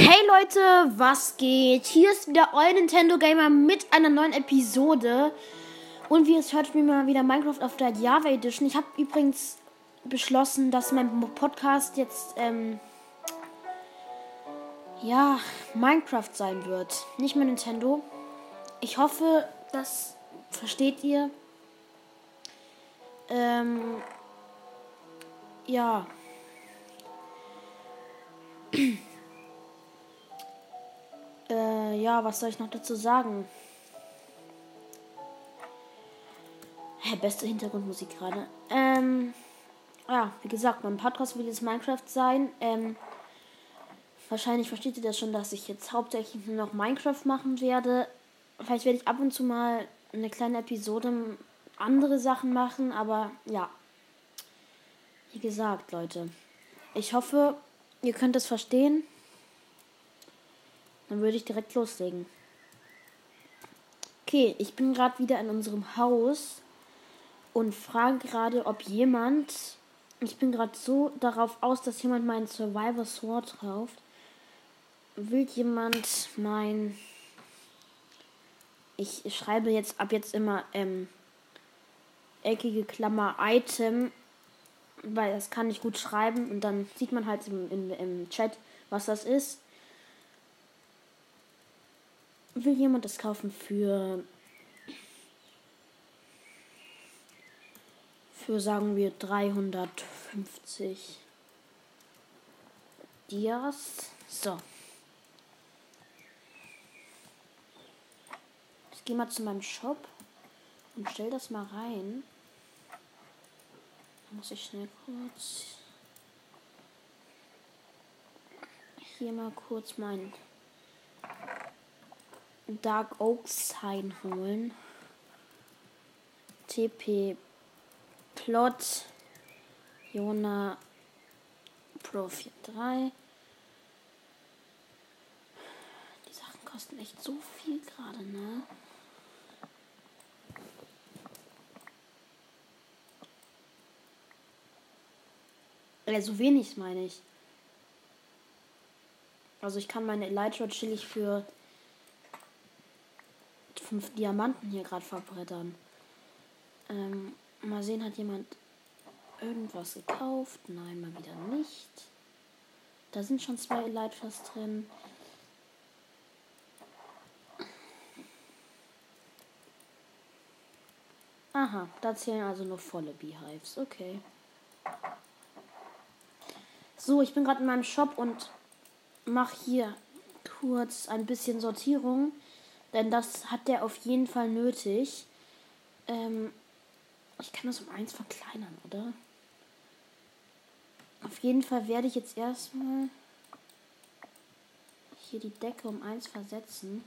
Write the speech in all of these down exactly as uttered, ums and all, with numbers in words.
Hey Leute, was geht? Hier ist wieder euer Nintendo Gamer mit einer neuen Episode. Und wie ihr es hört, spielen wir mal wieder Minecraft auf der Java Edition. Ich habe übrigens beschlossen, dass mein Podcast jetzt, ähm, ja, Minecraft sein wird. Nicht mehr Nintendo. Ich hoffe, das versteht ihr. Ähm, ja. Äh, ja, was soll ich noch dazu sagen? Hä, beste Hintergrundmusik gerade. Ähm, ja, wie gesagt, mein Podcast will jetzt Minecraft sein. Ähm, wahrscheinlich versteht ihr das schon, dass ich jetzt hauptsächlich nur noch Minecraft machen werde. Vielleicht werde ich ab und zu mal eine kleine Episode andere Sachen machen, aber ja. Wie gesagt, Leute. Ich hoffe, ihr könnt es verstehen. Dann würde ich direkt loslegen. Okay, ich bin gerade wieder in unserem Haus und frage gerade, ob jemand... Ich bin gerade so darauf aus, dass jemand meinen Survivor Sword kauft. Will jemand mein... Ich schreibe jetzt ab jetzt immer ähm, eckige Klammer Item, weil das kann ich gut schreiben und dann sieht man halt im, im, im Chat, was das ist. Will jemand das kaufen für, für sagen wir dreihundertfünfzig Dias. So. Ich gehe mal zu meinem Shop und stell das mal rein. Da muss ich schnell kurz hier mal kurz meinen Dark Oak Sign holen. T P Plot Jona Pro vierunddreißig. Die Sachen kosten echt so viel gerade, ne? Äh, so wenig meine ich. Also ich kann meine Elytra chillig für fünf Diamanten hier gerade verbrettern. Ähm, mal sehen, hat jemand irgendwas gekauft? Nein, mal wieder nicht. Da sind schon zwei Elytras drin. Aha, da zählen also nur volle Beehives. Okay. So, ich bin gerade in meinem Shop und mache hier kurz ein bisschen Sortierung. Denn das hat der auf jeden Fall nötig. Ähm, ich kann das um eins verkleinern, oder? Auf jeden Fall werde ich jetzt erstmal hier die Decke um eins versetzen.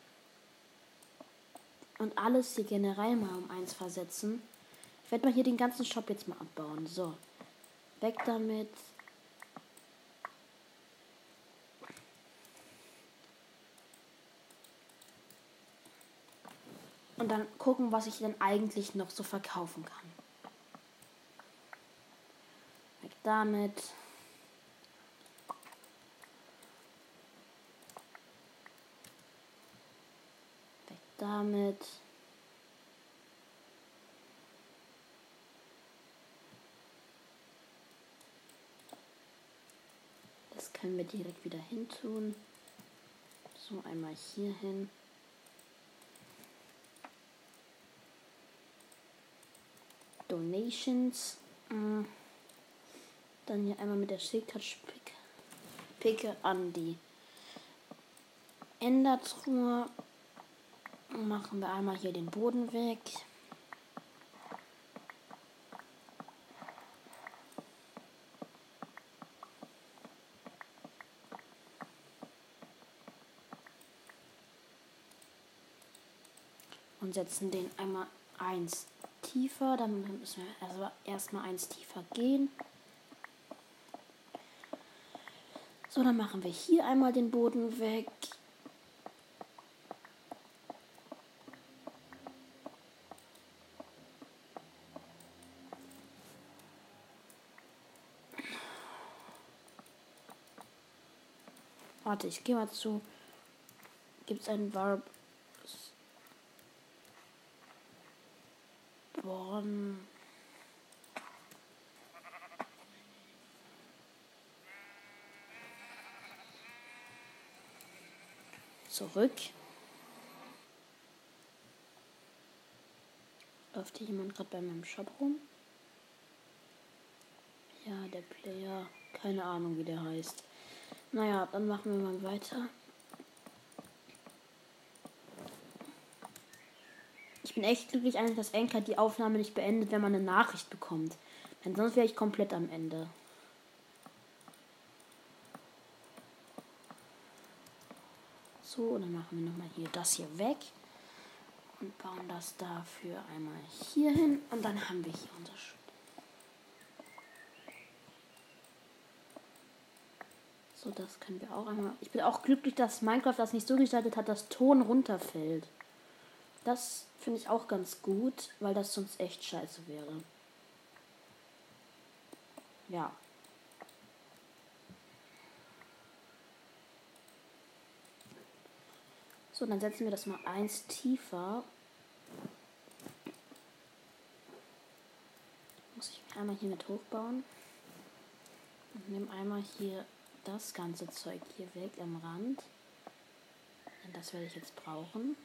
Und alles hier generell mal um eins versetzen. Ich werde mal hier den ganzen Shop jetzt mal abbauen. So. Weg damit. Und dann gucken, was ich denn eigentlich noch so verkaufen kann. Weg damit. Weg damit. Das können wir direkt wieder hin tun. So, einmal hier hin. Donations. Dann hier einmal mit der Schildkatsch-Picke an die Endertruhe. Machen wir einmal hier den Boden weg. Und setzen den einmal eins tiefer. Dann müssen wir also erstmal eins tiefer gehen. So, dann machen wir hier einmal den Boden weg. Warte, ich gehe mal zu. Gibt es einen Warp? Born. Zurück. Läuft hier jemand gerade bei meinem Shop rum? Ja, der Player. Keine Ahnung, wie der heißt. Naja, dann machen wir mal weiter. Ich bin echt glücklich eigentlich, dass Anchor die Aufnahme nicht beendet, wenn man eine Nachricht bekommt. Denn sonst wäre ich komplett am Ende. So, dann machen wir nochmal hier das hier weg. Und bauen das dafür einmal hier hin. Und dann haben wir hier unser Sch So, das können wir auch einmal. Ich bin auch glücklich, dass Minecraft das nicht so gestaltet hat, dass Ton runterfällt. Das finde ich auch ganz gut, weil das sonst echt scheiße wäre. Ja. So, dann setzen wir das mal eins tiefer. Muss ich einmal hier mit hochbauen. Und nehme einmal hier das ganze Zeug hier weg am Rand. Denn das werde ich jetzt brauchen.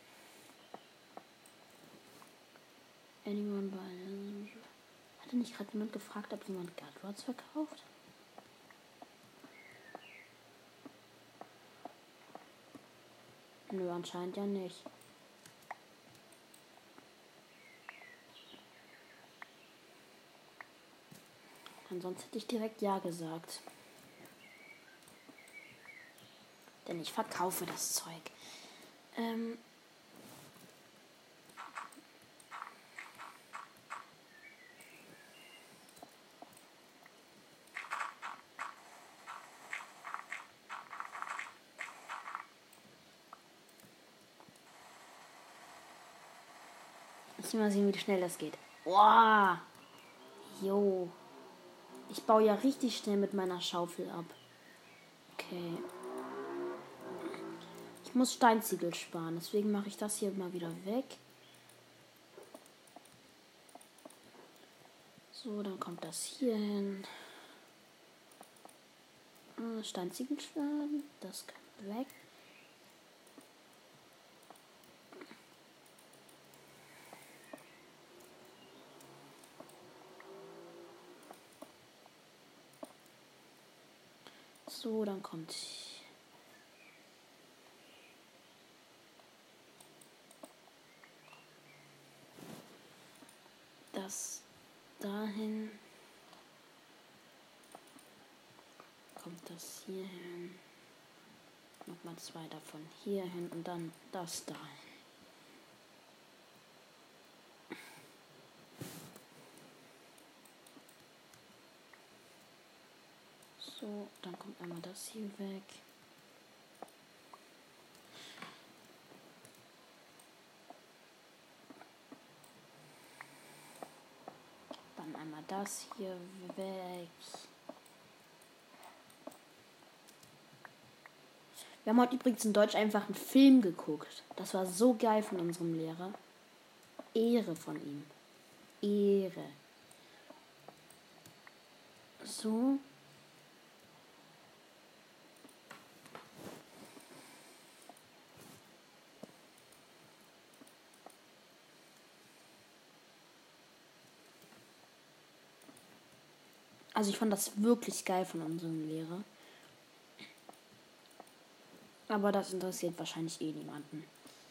Anyone buy? Hatte nicht gerade jemand gefragt, ob jemand Guardrods verkauft? Nö, anscheinend ja nicht. Ansonsten hätte ich direkt ja gesagt. Denn ich verkaufe das Zeug. Ähm. Ich will mal sehen, wie schnell das geht. Boah. Jo. Ich baue ja richtig schnell mit meiner Schaufel ab. Okay. Ich muss Steinziegel sparen, deswegen mache ich das hier mal wieder weg. So, dann kommt das hier hin. Steinziegel sparen, das kann weg. So, dann kommt das dahin. Kommt das hier hin. Nochmal zwei davon hier hin und dann das dahin. So, dann kommt einmal das hier weg. Dann einmal das hier weg. Wir haben heute übrigens in Deutsch einfach einen Film geguckt. Das war so geil von unserem Lehrer. Ehre von ihm. Ehre. So. Also ich fand das wirklich geil von unserem Lehrer. Aber das interessiert wahrscheinlich eh niemanden.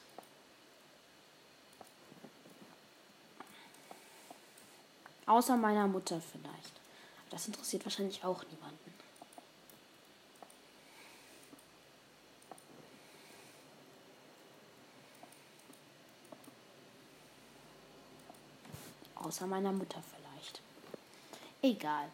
Außer meiner Mutter vielleicht. Das interessiert wahrscheinlich auch niemanden. Außer meiner Mutter vielleicht. Egal.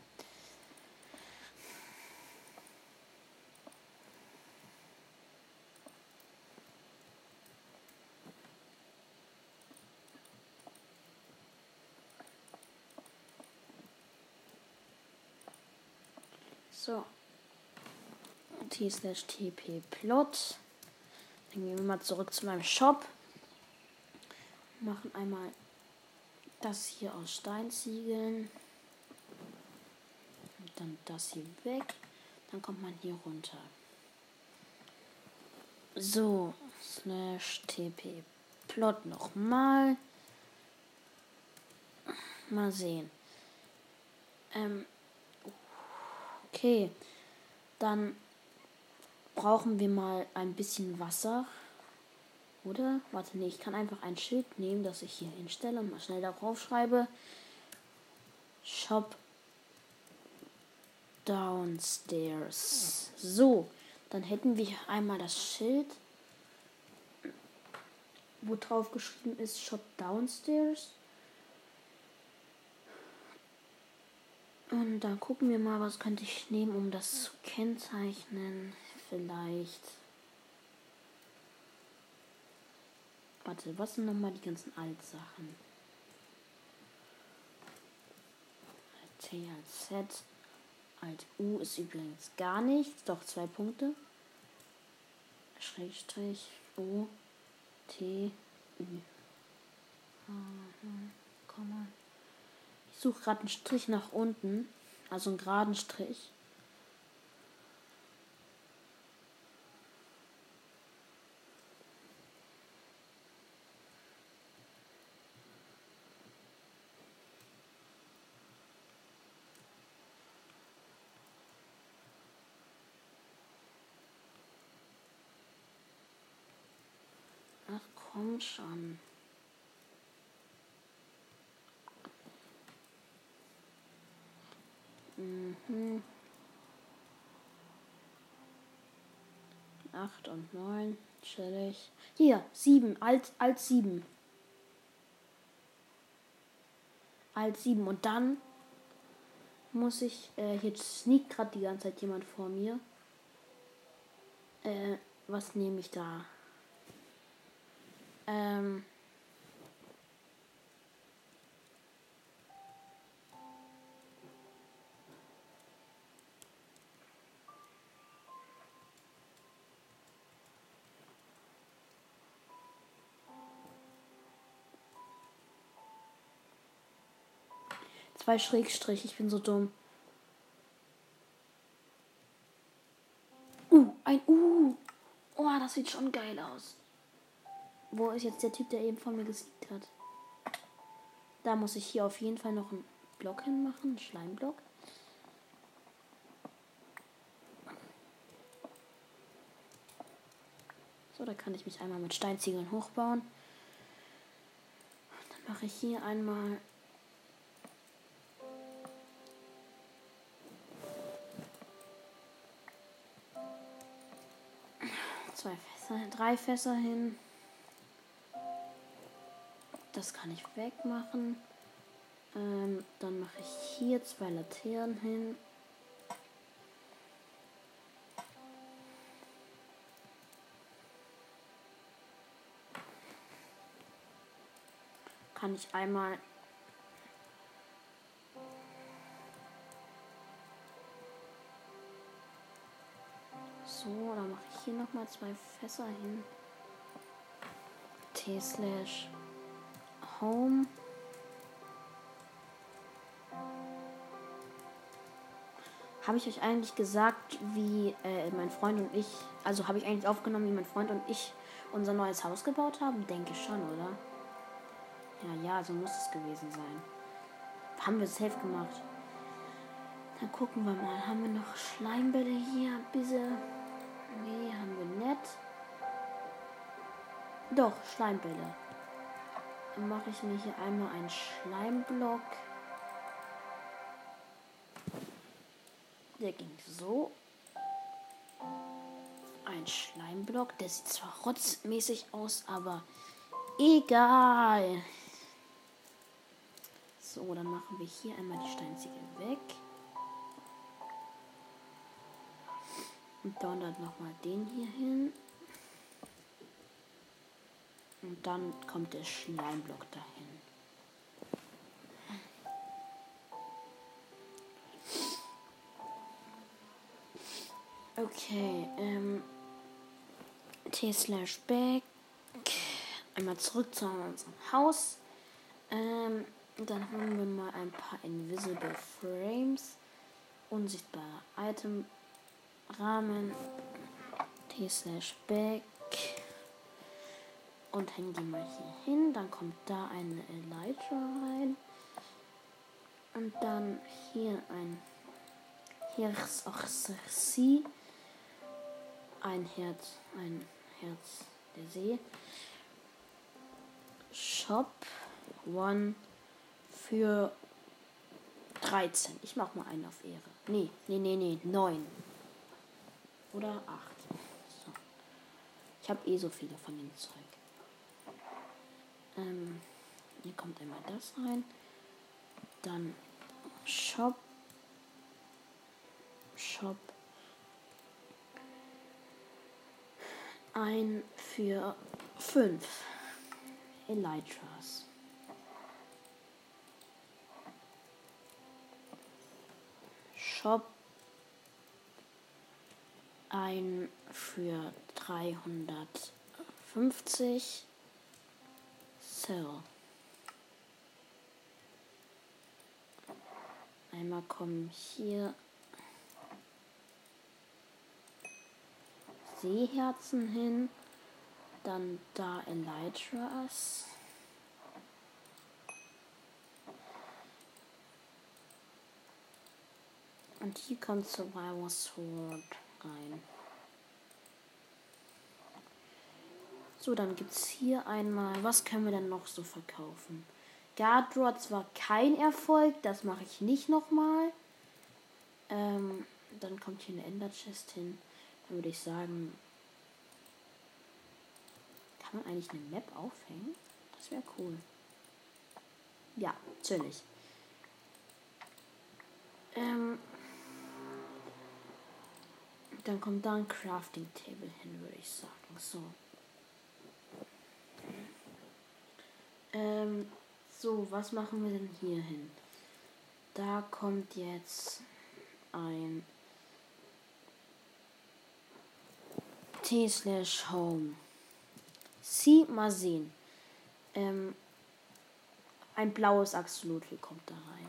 So. t slash tp-plot. Dann gehen wir mal zurück zu meinem Shop. Machen einmal das hier aus Steinziegeln. Und dann das hier weg. Dann kommt man hier runter. So, slash tp-plot nochmal. Mal sehen. Ähm, okay. Dann brauchen wir mal ein bisschen Wasser. Oder? Warte, nee, ich kann einfach ein Schild nehmen, das ich hier hinstelle und mal schnell darauf schreibe. Shop downstairs. So, dann hätten wir einmal das Schild, wo drauf geschrieben ist Shop downstairs. Und dann gucken wir mal, was könnte ich nehmen, um das zu kennzeichnen. Vielleicht. Warte, was sind nochmal die ganzen Altsachen? T als Z. Alt U ist übrigens gar nichts. Doch, zwei Punkte. Schrägstrich O T U. Komma. Ich suche gerade einen Strich nach unten. Also einen geraden Strich. Ach komm schon. Mhm. acht und neun. Chillig. Hier, sieben. Alt, Alt sieben. Alt sieben. Und dann muss ich, äh, hier sneakt gerade die ganze Zeit jemand vor mir. Äh, was nehme ich da? Ähm. Zwei Schrägstrich, ich bin so dumm. Uh, ein U. Oh, das sieht schon geil aus. Wo ist jetzt der Typ, der eben von mir gesiegt hat? Da muss ich hier auf jeden Fall noch einen Block hinmachen, einen Schleimblock. So, da kann ich mich einmal mit Steinziegeln hochbauen. Dann mache ich hier einmal zwei Fässer, drei Fässer hin. Das kann ich wegmachen. Ähm, dann mache ich hier zwei Laternen hin. Kann ich einmal so, dann mache ich hier nochmal zwei Fässer hin. T slash Home. Habe ich euch eigentlich gesagt, wie äh, mein Freund und ich, also habe ich eigentlich aufgenommen, wie mein Freund und ich unser neues Haus gebaut haben? Denke schon, oder? Ja, ja, so muss es gewesen sein. Haben wir safe gemacht. Dann gucken wir mal. Haben wir noch Schleimbälle hier? Bisschen. Nee, haben wir nicht. Doch, Schleimbälle. Dann mache ich mir hier einmal einen Schleimblock. Der ging so. Ein Schleimblock. Der sieht zwar rotzmäßig aus, aber egal. So, dann machen wir hier einmal die Steinziegel weg. Und dann nochmal den hier hin. Und dann kommt der Schleimblock dahin. Okay, ähm, T slash back. Einmal zurück zu unserem Haus. Ähm, dann haben wir mal ein paar Invisible Frames. Unsichtbare Item. Rahmen. T slash back. Und hängen die mal hier hin. Dann kommt da eine Elytra rein. Und dann hier ein Herz auch Sie. Ein Herz, ein Herz der See. Shop One für dreizehn. Ich mach mal einen auf Ehre. Nee, nee, nee, nee, neun. Oder acht. So. Ich habe eh so viele von dem Zeug. Ähm, hier kommt einmal das rein. Dann Shop. Shop. Ein für fünf Elytras. Shop. Ein für dreihundertfünfzig Cell. Einmal kommen hier Seeherzen hin. Dann da Elytras. Und hier kommt Survivor Sword rein. So, dann gibt es hier einmal, was können wir denn noch so verkaufen? Guard Rods war kein Erfolg, das mache ich nicht nochmal. Ähm, dann kommt hier eine Ender Chest hin. Dann würde ich sagen, kann man eigentlich eine Map aufhängen? Das wäre cool. Ja, natürlich. Ähm, dann kommt da ein Crafting Table hin, würde ich sagen. So. Ähm, so, was machen wir denn hier hin? Da kommt jetzt ein T slash Home. Sie, mal sehen. Ähm, ein blaues Axolotl kommt da rein.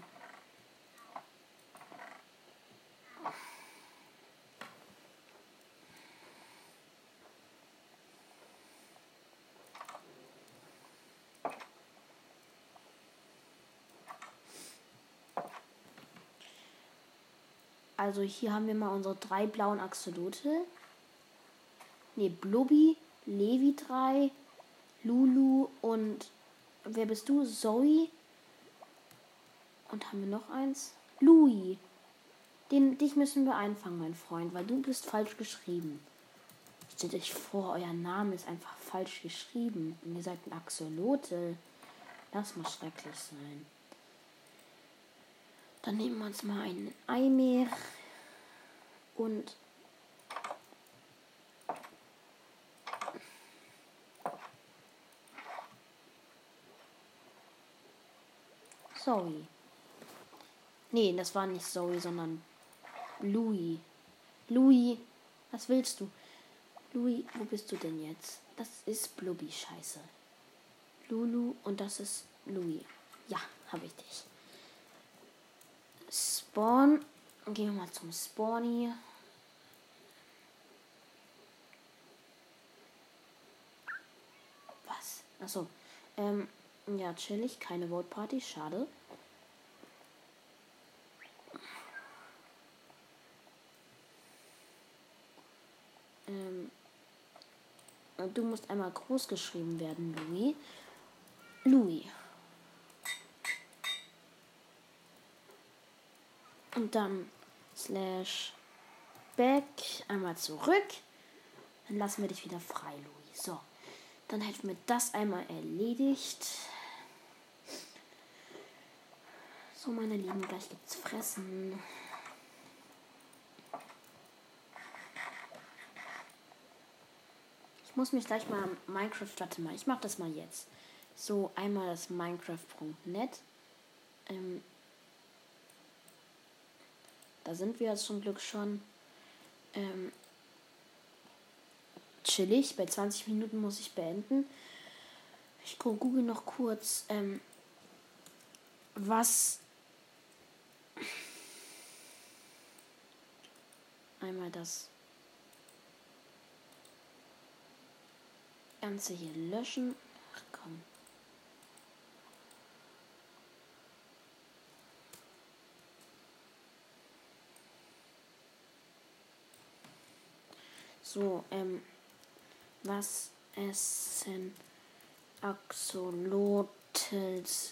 Also hier haben wir mal unsere drei blauen Axolotl. Ne, Blubby, Levi drei, Lulu und wer bist du? Zoe. Und haben wir noch eins? Louis. Den, dich müssen wir einfangen, mein Freund, weil du bist falsch geschrieben. Stellt euch vor, euer Name ist einfach falsch geschrieben. Und ihr seid ein Axolotl. Das muss schrecklich sein. Dann nehmen wir uns mal einen Eimer. Und Zoe. Nee, das war nicht Zoe, sondern Louis. Louis, was willst du? Louis, wo bist du denn jetzt? Das ist Blubby, scheiße. Lulu und das ist Louis. Ja, habe ich dich. Spawn. Gehen wir mal zum Spawny. Was? Achso. Ähm, ja, chillig. Keine Vote Party. Schade. Ähm, du musst einmal groß geschrieben werden, Louis. Louis. Und dann slash back. Einmal zurück. Dann lassen wir dich wieder frei, Louis. So. Dann hätten wir das einmal erledigt. So, meine Lieben, gleich gibt's Fressen. Ich muss mich gleich mal Minecraft, warte mal, ich mach das mal jetzt. So, einmal das Minecraft Punkt net. Ähm, da sind wir jetzt zum Glück schon. Ähm, chillig. Bei zwanzig Minuten muss ich beenden. Ich google noch kurz, ähm, was... Einmal das Ganze hier löschen. Ach komm. So, ähm, was essen Axolotls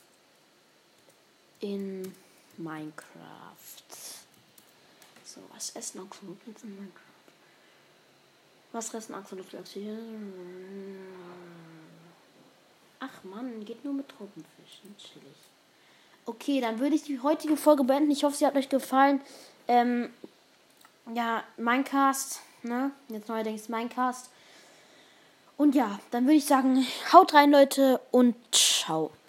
in Minecraft? So, was essen Axolotls in Minecraft? Was essen Axolotls hier? Ach man, geht nur mit Tropenfischen. Chillig. Okay, dann würde ich die heutige Folge beenden. Ich hoffe, sie hat euch gefallen. Ähm, ja, Minecast, ne? Jetzt neuerdings Minecast. Und ja, dann würde ich sagen, haut rein, Leute, und ciao.